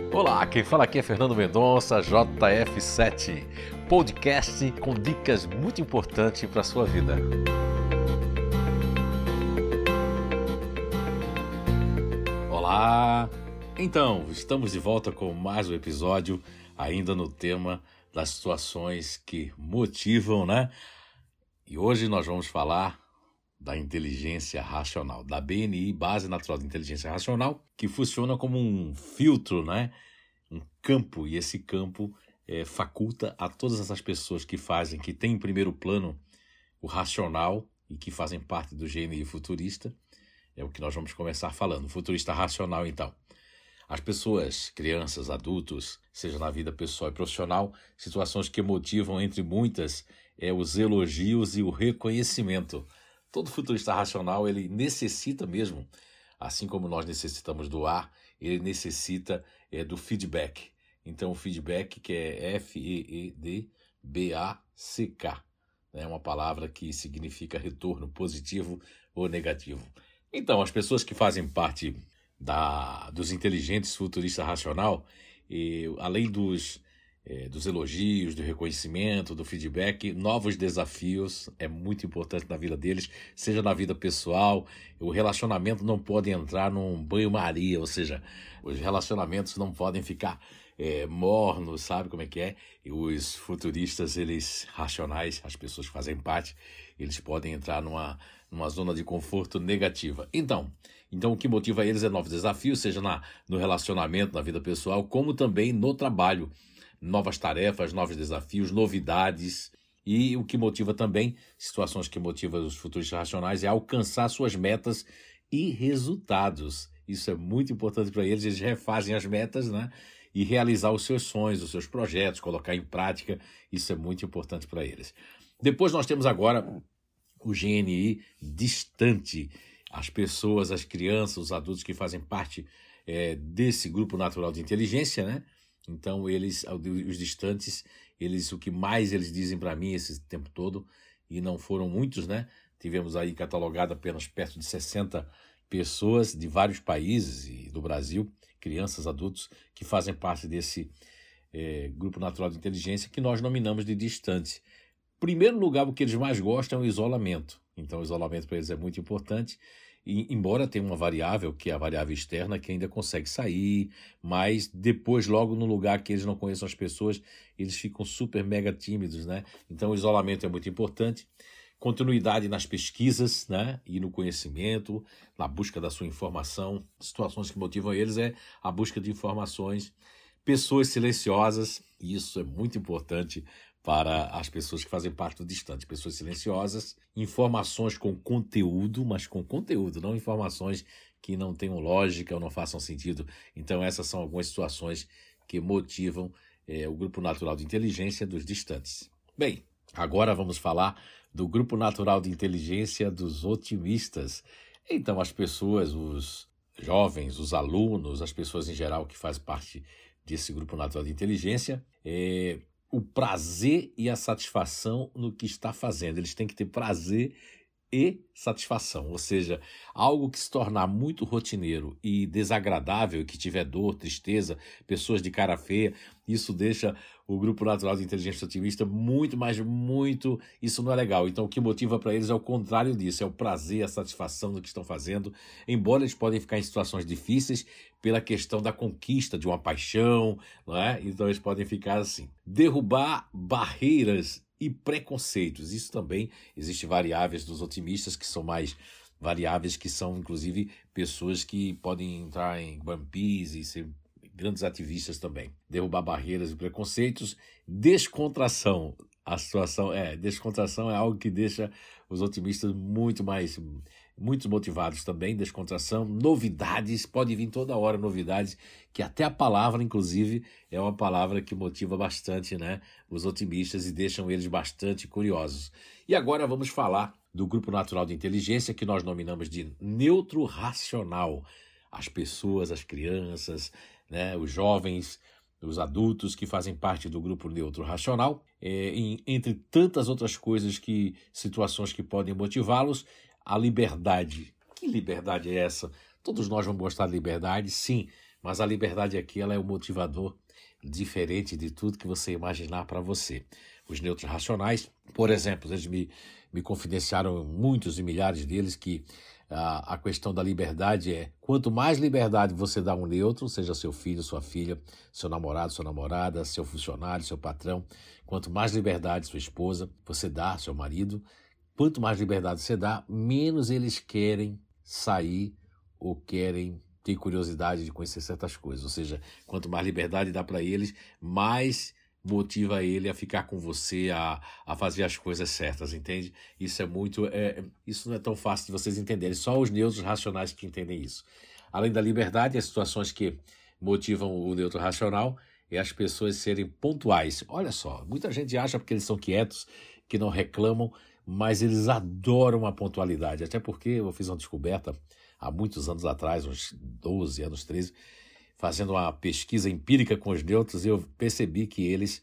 Olá, quem fala aqui é Fernando Mendonça, JF7, podcast com dicas muito importantes para a sua vida. Olá! Então, estamos de volta com mais um episódio, ainda no tema das situações que motivam, né? E hoje nós vamos falar da inteligência racional, da BNI, Base Natural de Inteligência Racional, que funciona como um filtro, né? Um campo, e esse campo faculta a todas essas pessoas que têm em primeiro plano o racional e que fazem parte do GNI futurista, é o que nós vamos começar falando, futurista racional então. As pessoas, crianças, adultos, seja na vida pessoal e profissional, situações que motivam, entre muitas, os elogios e o reconhecimento. Todo futurista racional, ele necessita mesmo, assim como nós necessitamos do ar, ele necessita do feedback. Então, o feedback, que é F-E-E-D-B-A-C-K, é uma palavra que significa retorno positivo ou negativo. Então, as pessoas que fazem parte dos inteligentes futuristas racional, além dos elogios, do reconhecimento, do feedback, novos desafios é muito importante na vida deles, seja na vida pessoal. O relacionamento não pode entrar num banho-maria, ou seja, os relacionamentos não podem ficar mornos, sabe como é que é? E os futuristas, eles racionais, as pessoas que fazem parte, eles podem entrar numa zona de conforto negativa. Então o que motiva eles é novos desafios, seja no relacionamento, na vida pessoal, como também no trabalho. Novas tarefas, novos desafios, novidades. E o que motiva também, situações que motivam os futuristas racionais, é alcançar suas metas e resultados. Isso é muito importante para eles, eles refazem as metas, né? E realizar os seus sonhos, os seus projetos, colocar em prática, isso é muito importante para eles. Depois nós temos agora o GNI distante. As pessoas, as crianças, os adultos que fazem parte desse grupo natural de inteligência, né? Então, os distantes, o que mais eles dizem para mim esse tempo todo, e não foram muitos, né? Tivemos aí catalogado apenas perto de 60 pessoas de vários países e do Brasil, crianças, adultos, que fazem parte desse grupo natural de inteligência que nós nominamos de distante. Primeiro lugar, o que eles mais gostam é o isolamento. Então, o isolamento para eles é muito importante. E, embora tenha uma variável, que é a variável externa, que ainda consegue sair, mas depois, logo no lugar que eles não conheçam as pessoas, eles ficam super mega tímidos, né? Então, o isolamento é muito importante. Continuidade nas pesquisas, né? E no conhecimento, na busca da sua informação. Situações que motivam eles é a busca de informações. Pessoas silenciosas, e isso é muito importante para as pessoas que fazem parte do distante. Pessoas silenciosas, informações com conteúdo, mas com conteúdo, não informações que não tenham lógica ou não façam sentido. Então, essas são algumas situações que motivam o grupo natural de inteligência dos distantes. Bem, agora vamos falar do grupo natural de inteligência dos otimistas. Então, as pessoas, os jovens, os alunos, as pessoas em geral que fazem parte desse grupo natural de inteligência, o prazer e a satisfação no que está fazendo. Eles têm que ter prazer e satisfação, ou seja, algo que se tornar muito rotineiro e desagradável, que tiver dor, tristeza, pessoas de cara feia, isso deixa o grupo natural de inteligência otimista muito, isso não é legal. Então o que motiva para eles é o contrário disso, é o prazer, a satisfação do que estão fazendo, embora eles podem ficar em situações difíceis pela questão da conquista de uma paixão, não é? Então eles podem ficar assim. Derrubar barreiras e preconceitos. Isso também existe variáveis dos otimistas que são mais variáveis, que são inclusive pessoas que podem entrar em One Piece e ser grandes ativistas também. Derrubar barreiras e preconceitos. Descontração. A situação descontração é algo que deixa os otimistas muito motivados também. Descontração, novidades, pode vir toda hora novidades, que até a palavra, inclusive, é uma palavra que motiva bastante, né, os otimistas e deixam eles bastante curiosos. E agora vamos falar do grupo natural de inteligência, que nós nominamos de neutro racional. As pessoas, as crianças, né, os jovens, os adultos que fazem parte do grupo neutro racional, entre tantas outras situações que podem motivá-los, a liberdade. Que liberdade é essa? Todos nós vamos gostar de liberdade, sim, Mas a liberdade aqui ela é o motivador diferente de tudo que você imaginar para você. Os neutros racionais, por exemplo, eles me confidenciaram, muitos e milhares deles, que a questão da liberdade é: quanto mais liberdade você dá a um neutro, seja seu filho, sua filha, seu namorado, sua namorada, seu funcionário, seu patrão, quanto mais liberdade sua esposa você dá, seu marido, quanto mais liberdade você dá, menos eles querem sair ou querem ter curiosidade de conhecer certas coisas. Ou seja, quanto mais liberdade dá para eles, mais motiva ele a ficar com você, a fazer as coisas certas, entende? Isso é muito... isso não é tão fácil de vocês entenderem. Só os neutros racionais que entendem isso. Além da liberdade, as situações que motivam o neutro racional é as pessoas serem pontuais. Olha só, muita gente acha porque eles são quietos, que não reclamam, mas eles adoram a pontualidade. Até porque eu fiz uma descoberta há muitos anos atrás, uns 12 anos, 13, fazendo uma pesquisa empírica com os neutros, eu percebi que eles,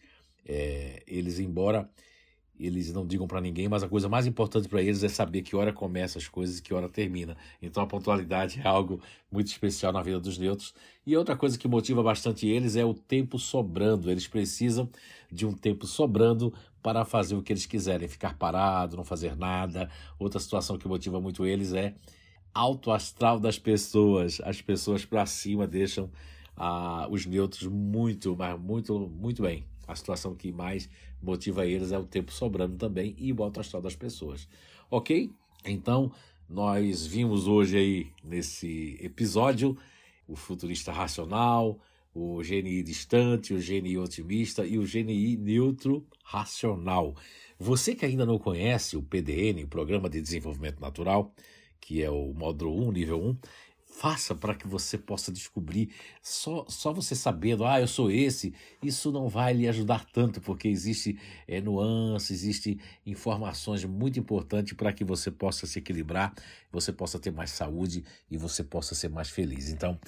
embora eles não digam para ninguém, mas a coisa mais importante para eles é saber que hora começa as coisas e que hora termina. Então a pontualidade é algo muito especial na vida dos neutros. E outra coisa que motiva bastante eles é o tempo sobrando. Eles precisam de um tempo sobrando para fazer o que eles quiserem, ficar parado, não fazer nada. Outra situação que motiva muito eles é alto astral das pessoas. As pessoas para cima deixam os neutros muito bem. A situação que mais motiva eles é o tempo sobrando também e o alto astral das pessoas. Ok? Então, nós vimos hoje aí nesse episódio o futurista racional, o GNI distante, o GNI otimista e o GNI neutro racional. Você que ainda não conhece o PDN, o Programa de Desenvolvimento Natural, que é o módulo 1, nível 1, faça para que você possa descobrir. Só você sabendo, eu sou esse, isso não vai lhe ajudar tanto, porque existe nuances, existe informações muito importantes para que você possa se equilibrar, você possa ter mais saúde e você possa ser mais feliz. Então,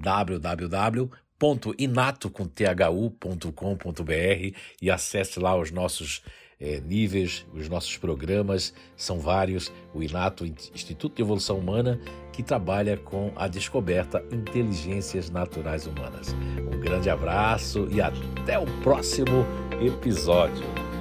www.inato.com.br e acesse lá os nossos níveis, os nossos programas, são vários. O INATO, Instituto de Evolução Humana, que trabalha com a descoberta inteligências naturais humanas. Um grande abraço e até o próximo episódio.